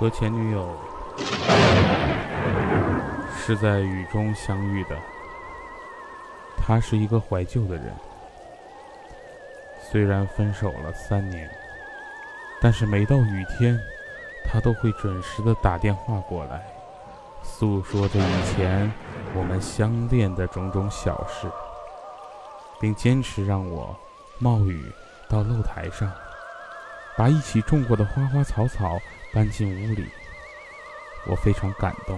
和前女友是在雨中相遇的。他是一个怀旧的人，虽然分手了3年，但是每到雨天，他都会准时的打电话过来，诉说着以前我们相恋的种种小事，并坚持让我冒雨到露台上，把一起种过的花花草草搬进屋里。我非常感动。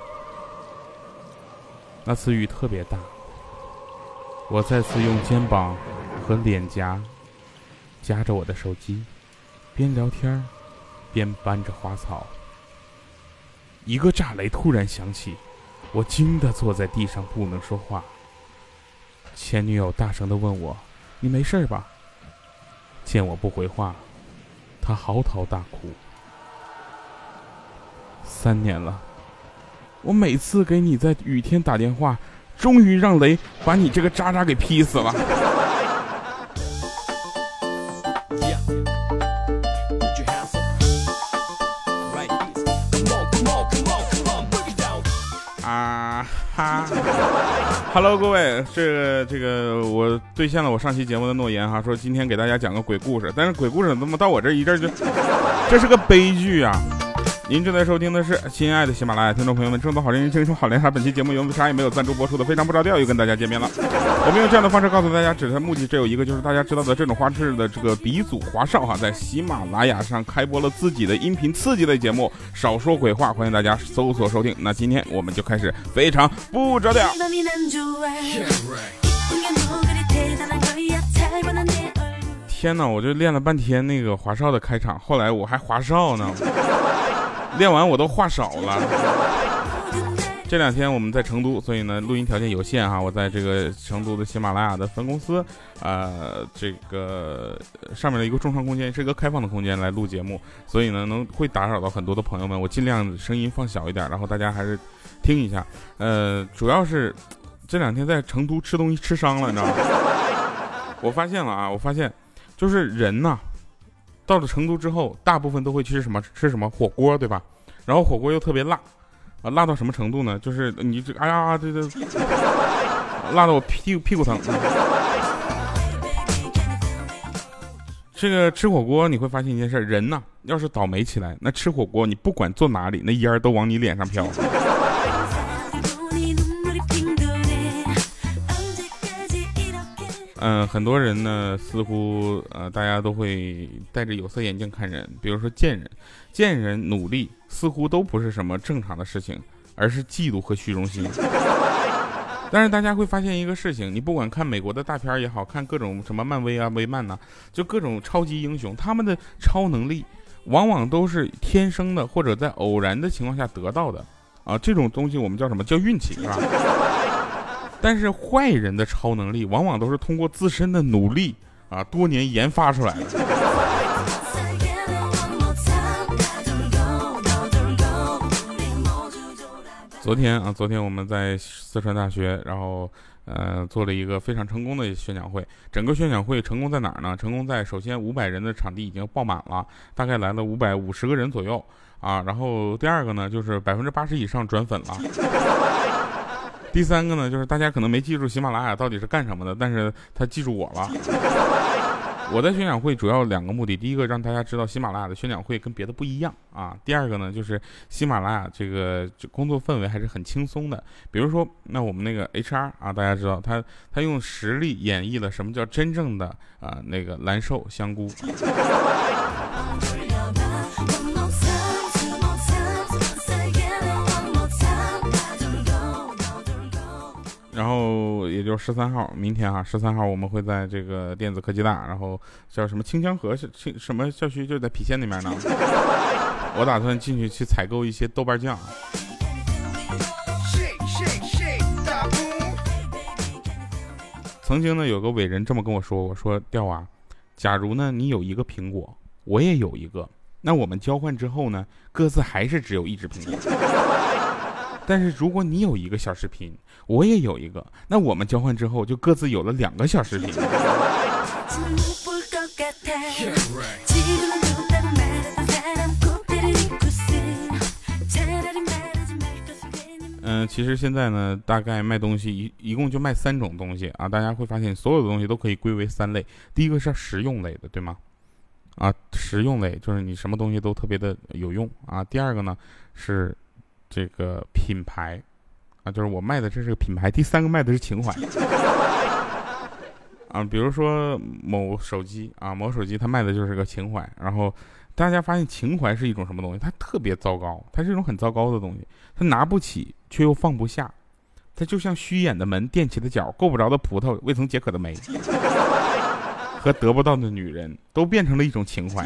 那次雨特别大，我再次用肩膀和脸颊夹着我的手机，边聊天边搬着花草。一个炸雷突然响起，我惊得坐在地上不能说话。前女友大声地问我：“你没事吧？”见我不回话，她嚎啕大哭。3年了，我每次给你在雨天打电话，终于让雷把你这个渣渣给劈死了。Hello， 各位，这个，我兑现了我上期节目的诺言哈，说今天给大家讲个鬼故事，但是鬼故事怎么到我这一阵就，这是个悲剧啊！您正在收听的是亲爱的喜马拉雅听众朋友们，正宗好人听说好连啥，本期节目由啥也没有赞助播出的非常不着调，又跟大家见面了。我们用这样的方式告诉大家，只是目的只有一个，就是大家知道的这种花式的这个鼻祖华少哈，在喜马拉雅上开播了自己的音频刺激类节目，少说鬼话，欢迎大家搜索收听。那今天我们就开始非常不着调。天哪，我就练了半天那个华少的开场，后来我还华少呢。练完我都话少了。这2天我们在成都，所以呢录音条件有限哈，我在这个成都的喜马拉雅的分公司，这个上面的一个众创空间，是一个开放的空间来录节目，所以呢会打扰到很多的朋友们，我尽量声音放小一点，然后大家还是听一下。主要是这2天在成都吃东西吃伤了，你知道吗？我发现了啊，就是人呐，到了成都之后，大部分都会吃什么火锅，对吧？然后火锅又特别辣，辣到什么程度呢？就是你这，哎呀，这辣到我屁股疼。这个吃火锅你会发现一件事，人呐，要是倒霉起来，那吃火锅你不管坐哪里，那烟都往你脸上飘。很多人呢，似乎大家都会戴着有色眼镜看人，比如说贱人努力似乎都不是什么正常的事情，而是嫉妒和虚荣心。但是大家会发现一个事情，你不管看美国的大片也好，看各种什么漫威啊、威漫呐，就各种超级英雄，他们的超能力往往都是天生的或者在偶然的情况下得到的啊，这种东西我们叫什么？叫运气，是吧？但是坏人的超能力往往都是通过自身的努力啊，多年研发出来的。昨天我们在四川大学，然后做了一个非常成功的宣讲会。整个宣讲会成功在哪儿呢？成功在首先500人的场地已经爆满了，大概来了550个人左右啊。然后第二个呢，就是80%以上转粉了。第3个呢，就是大家可能没记住喜马拉雅到底是干什么的，但是他记住我了。我在宣讲会主要2个目的，第一个让大家知道喜马拉雅的宣讲会跟别的不一样啊，第二个呢就是喜马拉雅这个工作氛围还是很轻松的。比如说那我们那个 HR 啊，大家知道他用实力演绎了什么叫真正的那个蓝瘦香菇。然后也就是13号，明天啊，13号我们会在这个电子科技大，然后叫什么清江河什么校区，就在郫县那边呢。我打算进去采购一些豆瓣酱。曾经呢，有个伟人这么跟我说，我说调啊，假如呢你有一个苹果，我也有一个，那我们交换之后呢，各自还是只有一只苹果。但是如果你有一个小视频，我也有一个，那我们交换之后就各自有了2个小视频。 其实现在呢，大概卖东西一共就卖3种东西啊，大家会发现所有的东西都可以归为3类。第一个是实用类的，对吗？啊，实用类就是你什么东西都特别的有用啊。第二个呢是这个品牌啊，就是我卖的这是个品牌。第3个卖的是情怀啊，比如说某手机啊，某手机它卖的就是个情怀。然后大家发现情怀是一种什么东西？它特别糟糕，它是一种很糟糕的东西，它拿不起却又放不下，它就像虚掩的门，踮起的脚，够不着的葡萄，未曾解渴的梅，和得不到的女人都变成了一种情怀。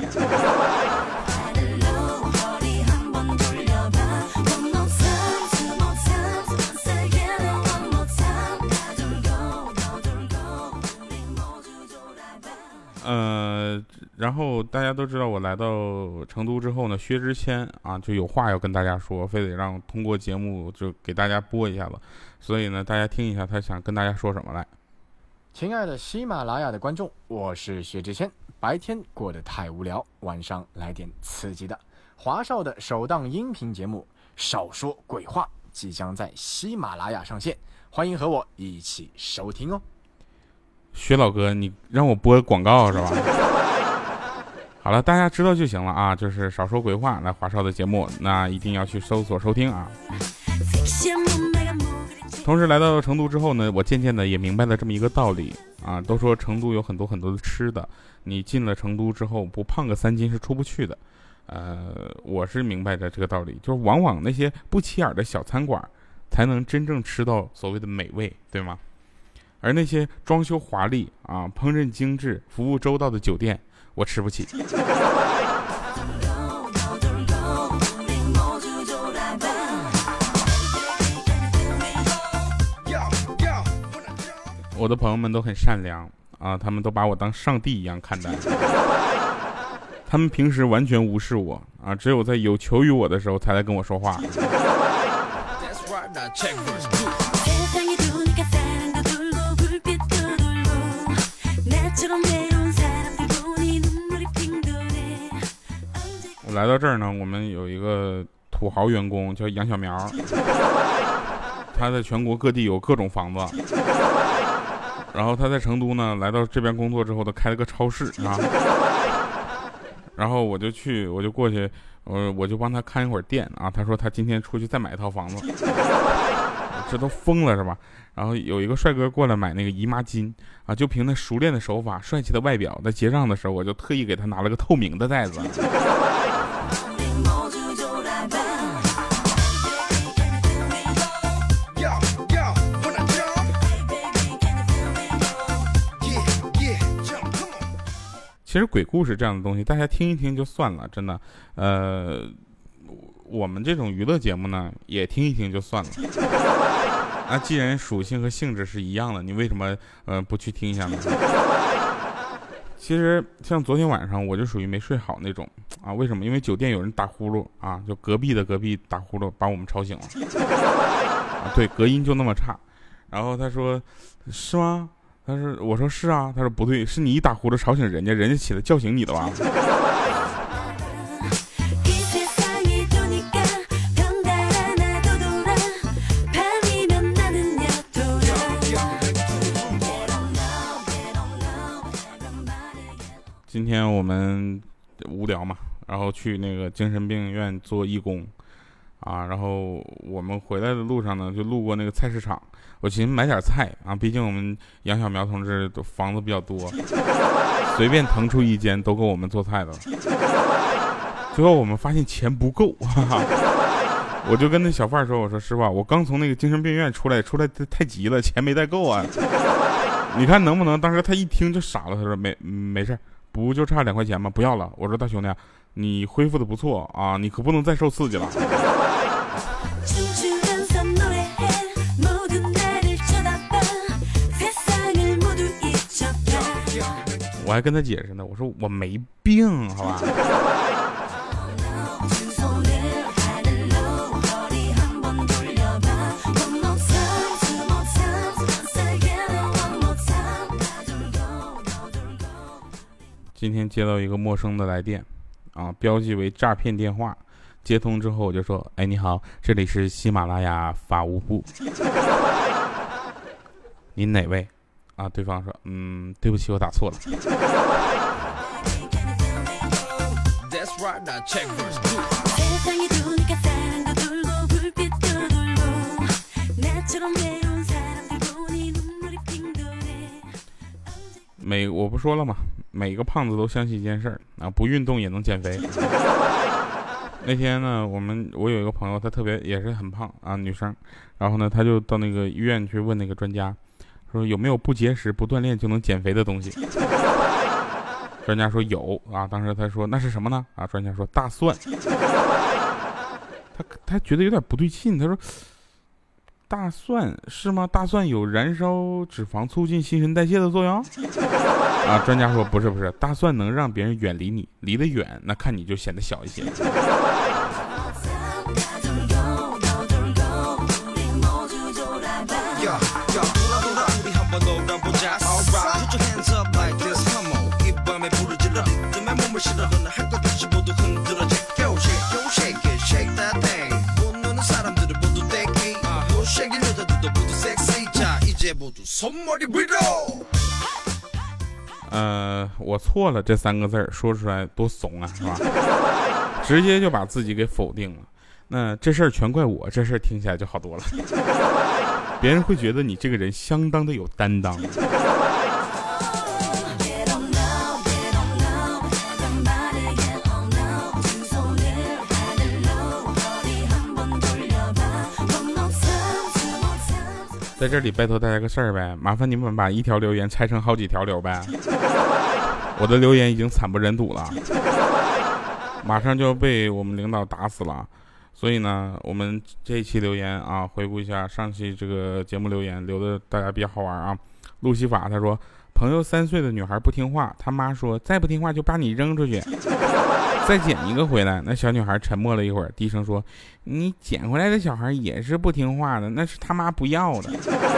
然后大家都知道我来到成都之后呢，薛之谦啊就有话要跟大家说，非得让通过节目就给大家播一下子，所以呢大家听一下他想跟大家说什么来。 亲爱的喜马拉雅的观众，我是薛之谦。白天过得太无聊，晚上来点刺激的。华少的首档音频节目《少说鬼话》即将在喜马拉雅上线，欢迎和我一起收听哦。 薛老哥，你让我播广告是吧？好了，大家知道就行了啊，就是少说鬼话，来华少的节目，那一定要去搜索收听啊。同时来到成都之后呢，我渐渐的也明白了这么一个道理啊，都说成都有很多很多的吃的，你进了成都之后不胖个3斤是出不去的。我是明白着这个道理，就是往往那些不起眼的小餐馆才能真正吃到所谓的美味，对吗？而那些装修华丽啊、烹饪精致、服务周到的酒店，我吃不起。我的朋友们都很善良啊，他们都把我当上帝一样看待。他们平时完全无视我啊，只有在有求于我的时候才来跟我说话。我来到这儿呢，我们有一个土豪员工叫杨小苗，他在全国各地有各种房子。然后他在成都呢，来到这边工作之后，他开了个超市啊。然后我就过去，我就帮他看一会儿店啊。他说他今天出去再买一套房子，这都疯了是吧？然后有一个帅哥过来买那个姨妈巾啊，就凭那熟练的手法、帅气的外表，在结账的时候，我就特意给他拿了个透明的袋子。其实鬼故事这样的东西，大家听一听就算了，真的。我们这种娱乐节目呢，也听一听就算了。啊，既然属性和性质是一样的，你为什么不去听一下呢？其实像昨天晚上我就属于没睡好那种啊。为什么？因为酒店有人打呼噜啊，就隔壁打呼噜，把我们吵醒了。啊，对，隔音就那么差。然后他说：“是吗？”我说是啊。他说不对，是你一打呼噜吵醒人家起来叫醒你的吧。今天我们无聊嘛，然后去那个精神病院做义工啊，然后我们回来的路上呢，就路过那个菜市场，我寻思买点菜啊，毕竟我们杨小苗同志房子比较多，随便腾出一间都够我们做菜的了。最后我们发现钱不够，我就跟那小贩说，我说师傅，我刚从那个精神病院出来太急了，钱没带够啊，你看能不能？当时他一听就傻了，他说没事，不就差2块钱吗？不要了。我说大兄弟，你恢复的不错啊，你可不能再受刺激了。我还跟他解释呢，我说我没病，好吧。今天接到一个陌生的来电啊，标记为诈骗电话， 接通之后我就说，哎，你好，这里是喜马拉雅法务部，您哪位？啊，对方说，对不起，我打错了。我不说了吗？每个胖子都相信一件事儿啊，不运动也能减肥。那天呢，我有一个朋友，她特别也是很胖啊，女生，然后呢，她就到那个医院去问那个专家，说有没有不节食不锻炼就能减肥的东西。专家说有啊，当时他说那是什么呢？啊，专家说大蒜。他觉得有点不对劲，他说大蒜是吗？大蒜有燃烧脂肪、促进新陈代谢的作用。啊，专家说不是，大蒜能让别人远离你，离得远那看你就显得小一些。我错了这3个字说出来多怂啊，是吧？直接就把自己给否定了。那这事儿全怪我，这事儿听起来就好多了。别人会觉得你这个人相当的有担当。在这里拜托大家个事儿呗，麻烦你们把一条留言拆成好几条留呗。我的留言已经惨不忍睹了，马上就要被我们领导打死了。所以呢，我们这一期留言啊，回顾一下上期这个节目留言，留的大家比较好玩啊。路西法他说，朋友3岁的女孩不听话，他妈说再不听话就把你扔出去，再捡一个回来。那小女孩沉默了一会儿，低声说，你捡回来的小孩也是不听话的，那是他妈不要的。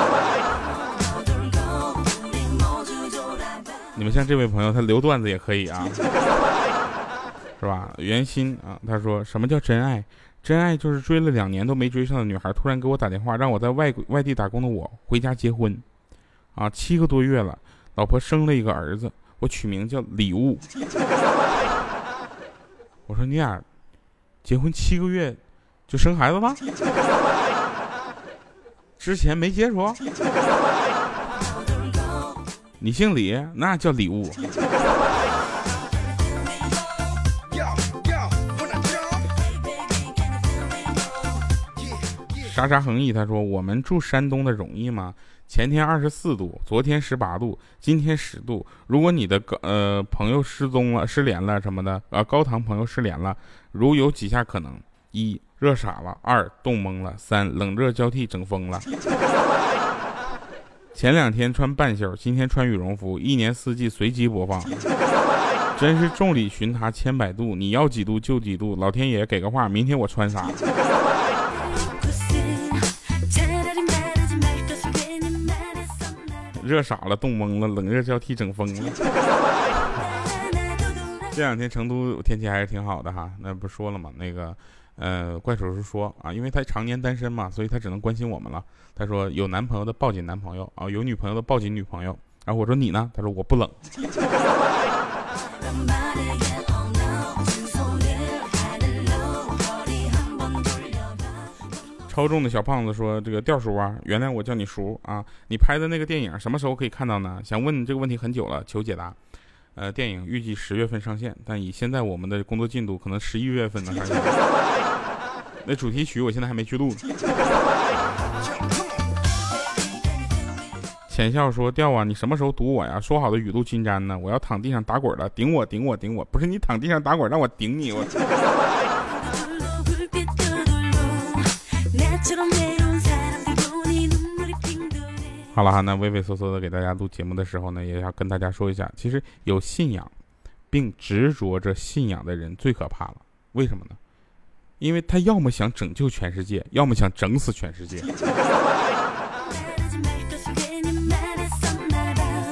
你们像这位朋友，他留段子也可以啊，是吧？袁鑫啊，他说什么叫真爱？真爱就是追了2年都没追上的女孩突然给我打电话，让我在外地打工的我回家结婚啊，7个多月了，老婆生了一个儿子，我取名叫礼物。我说你俩结婚7个月就生孩子了？之前没接触？你姓李，那叫礼物。啥恒毅他说，我们住山东的容易吗？前天24度，昨天18度，今天10度。如果你的朋友失踪了、失联了什么的，高糖朋友失联了，如有几下可能：1. 热傻了；2. 冻懵了；3. 冷热交替整疯了。前2天穿半袖，今天穿羽绒服，1年4季随机播放，真是众里寻他千百度，你要几度就几度，老天爷给个话，明天我穿啥？热傻了，冻懵了，冷热交替整疯了。这2天成都天气还是挺好的哈，那不说了吗？那个怪叔叔说啊，因为他常年单身嘛，所以他只能关心我们了。他说有男朋友的抱紧男朋友啊，有女朋友的抱紧女朋友。然后我说你呢？他说我不冷。超重的小胖子说，这个吊叔啊，原谅我叫你叔啊，你拍的那个电影什么时候可以看到呢？想问这个问题很久了，求解答。电影预计10月份上线，但以现在我们的工作进度，可能11月份能上线。那主题曲我现在还没去录。浅笑说，调啊，你什么时候堵我呀？说好的雨露均沾呢？我要躺地上打滚了，顶我，不是你躺地上打滚，让我顶你，我。好了哈，那畏畏缩缩的给大家录节目的时候呢，也要跟大家说一下，其实有信仰并执着着信仰的人最可怕了。为什么呢？因为他要么想拯救全世界，要么想整死全世界。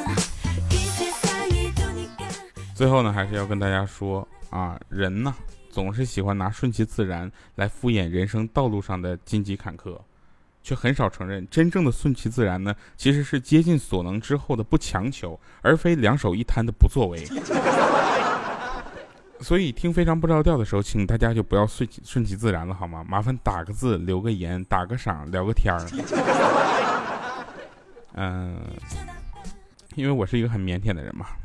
最后呢，还是要跟大家说啊，人呢总是喜欢拿顺其自然来敷衍人生道路上的荆棘坎坷，却很少承认真正的顺其自然呢，其实是竭尽所能之后的不强求，而非两手一摊的不作为。所以听非常不着调的时候，请大家就不要顺其自然了好吗？麻烦打个字，留个言，打个赏，聊个天儿。因为我是一个很腼腆的人嘛。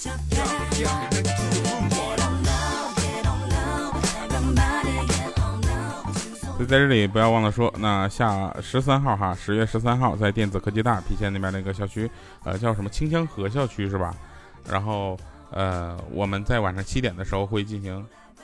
所以在这里不要忘了说，那下13号哈，10月13号在电子科技大郫县那边那个校区，叫什么清江河校区是吧？然后我们在晚上7点的时候会进行，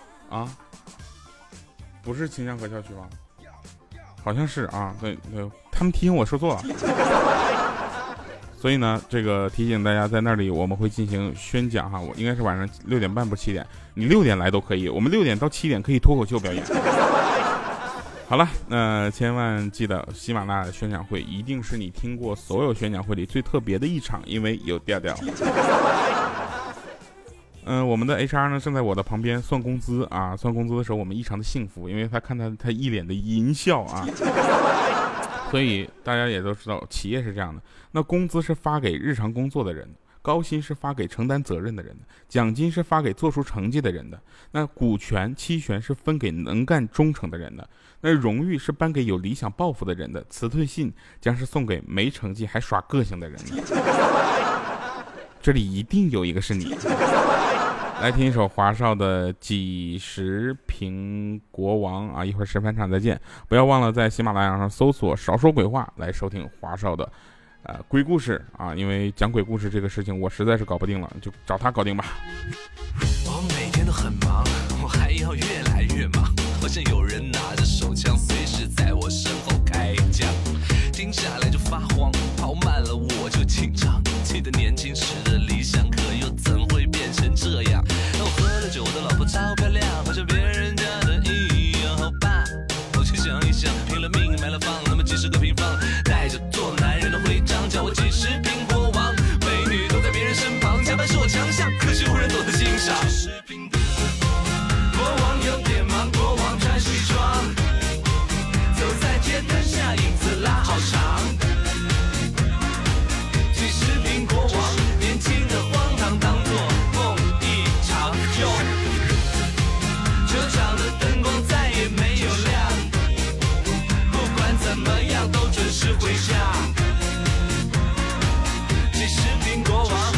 不是清江河校区吗？好像是啊，对，他们提醒我说错了。所以呢，这个提醒大家，在那里我们会进行宣讲哈，我应该是晚上6点半不7点，你6点来都可以，我们6点到7点可以脱口秀表演。好了，千万记得喜马拉雅的宣讲会一定是你听过所有宣讲会里最特别的一场，因为有调调。我们的 HR 呢正在我的旁边算工资啊，算工资的时候我们异常的幸福，因为他看他一脸的淫笑啊。所以大家也都知道，企业是这样的，那工资是发给日常工作的人，高薪是发给承担责任的人的，奖金是发给做出成绩的人的，那股权期权是分给能干忠诚的人的，那荣誉是颁给有理想抱负的人的，辞退信将是送给没成绩还耍个性的人的。这里一定有一个是你。来听一首华少的几十平国王啊，一会儿神返场再见，不要忘了在喜马拉雅上搜索少说鬼话来收听华少的鬼故事啊，因为讲鬼故事这个事情我实在是搞不定了，就找他搞定吧。 我每天都很忙，我还要越来越忙，好像有人拿着手枪随时在我身后开枪，停下来就发慌，跑慢了我就紧张，记得年轻时的理想可又怎会变成这样，我喝了酒的老婆超漂亮，好像别人家的一样，好吧我去想一想，拼了命买了房，那么几十个平方，带着做男人的徽章，叫我几十平国王，美女都在别人身旁，加班是我强项，可是无人懂得欣赏。国王有点忙，国王穿西装，走在街灯下，影子拉好长，几十平国王，年轻的荒唐当作梦一场，球场的灯光再也没有亮，不管怎么样都准时回家，几十平国王，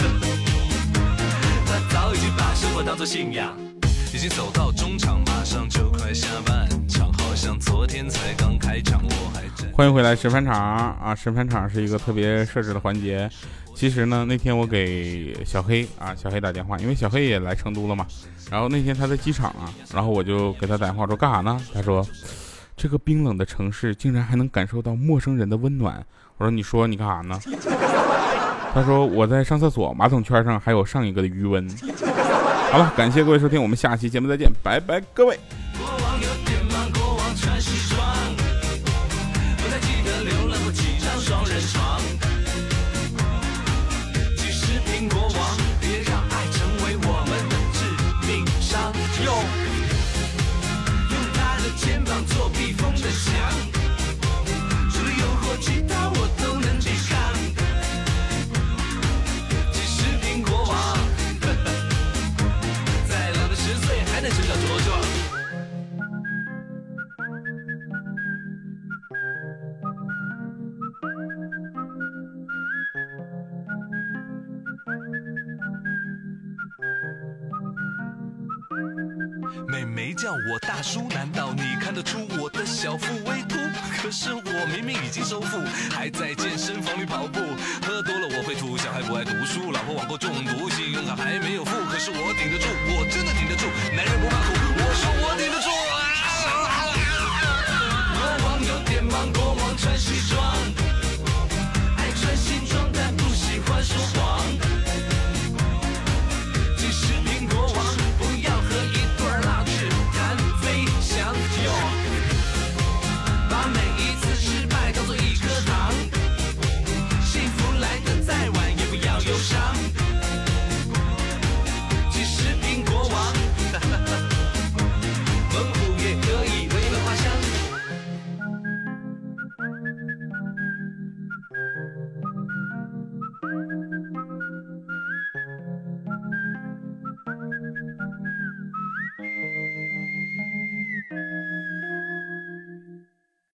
他早已经把生活当作信仰，已经走到中场，马上就快下半场，好像昨天才刚开场，我还真。 欢迎回来神返场啊！神返场是一个特别设置的环节。其实呢，那天我给小黑打电话，因为小黑也来成都了嘛。然后那天他在机场啊，然后我就给他打电话说干啥呢？他说这个冰冷的城市竟然还能感受到陌生人的温暖。我说你说你干啥呢？他说我在上厕所，马桶圈上还有上一个的余温。好了，感谢各位收听，我们下期节目再见，拜拜各位。 国王有点忙，国王穿西装，我还记得浏览过几张双人床，几十平国王，别让爱成为我们的致命伤，用他的肩膀做避风的墙，除了诱惑其他我都能抵抗，几十平国王，再老的10岁还能成长茁壮。妹妹叫我大叔，难道你看得出我的小腹微凸？可是我明明已经收腹，还在健身房里跑步。喝多了我会吐，小孩不爱读书，老婆网购中毒，信用卡还没有付，可是我顶得住，我真的顶得住，男人不怕苦。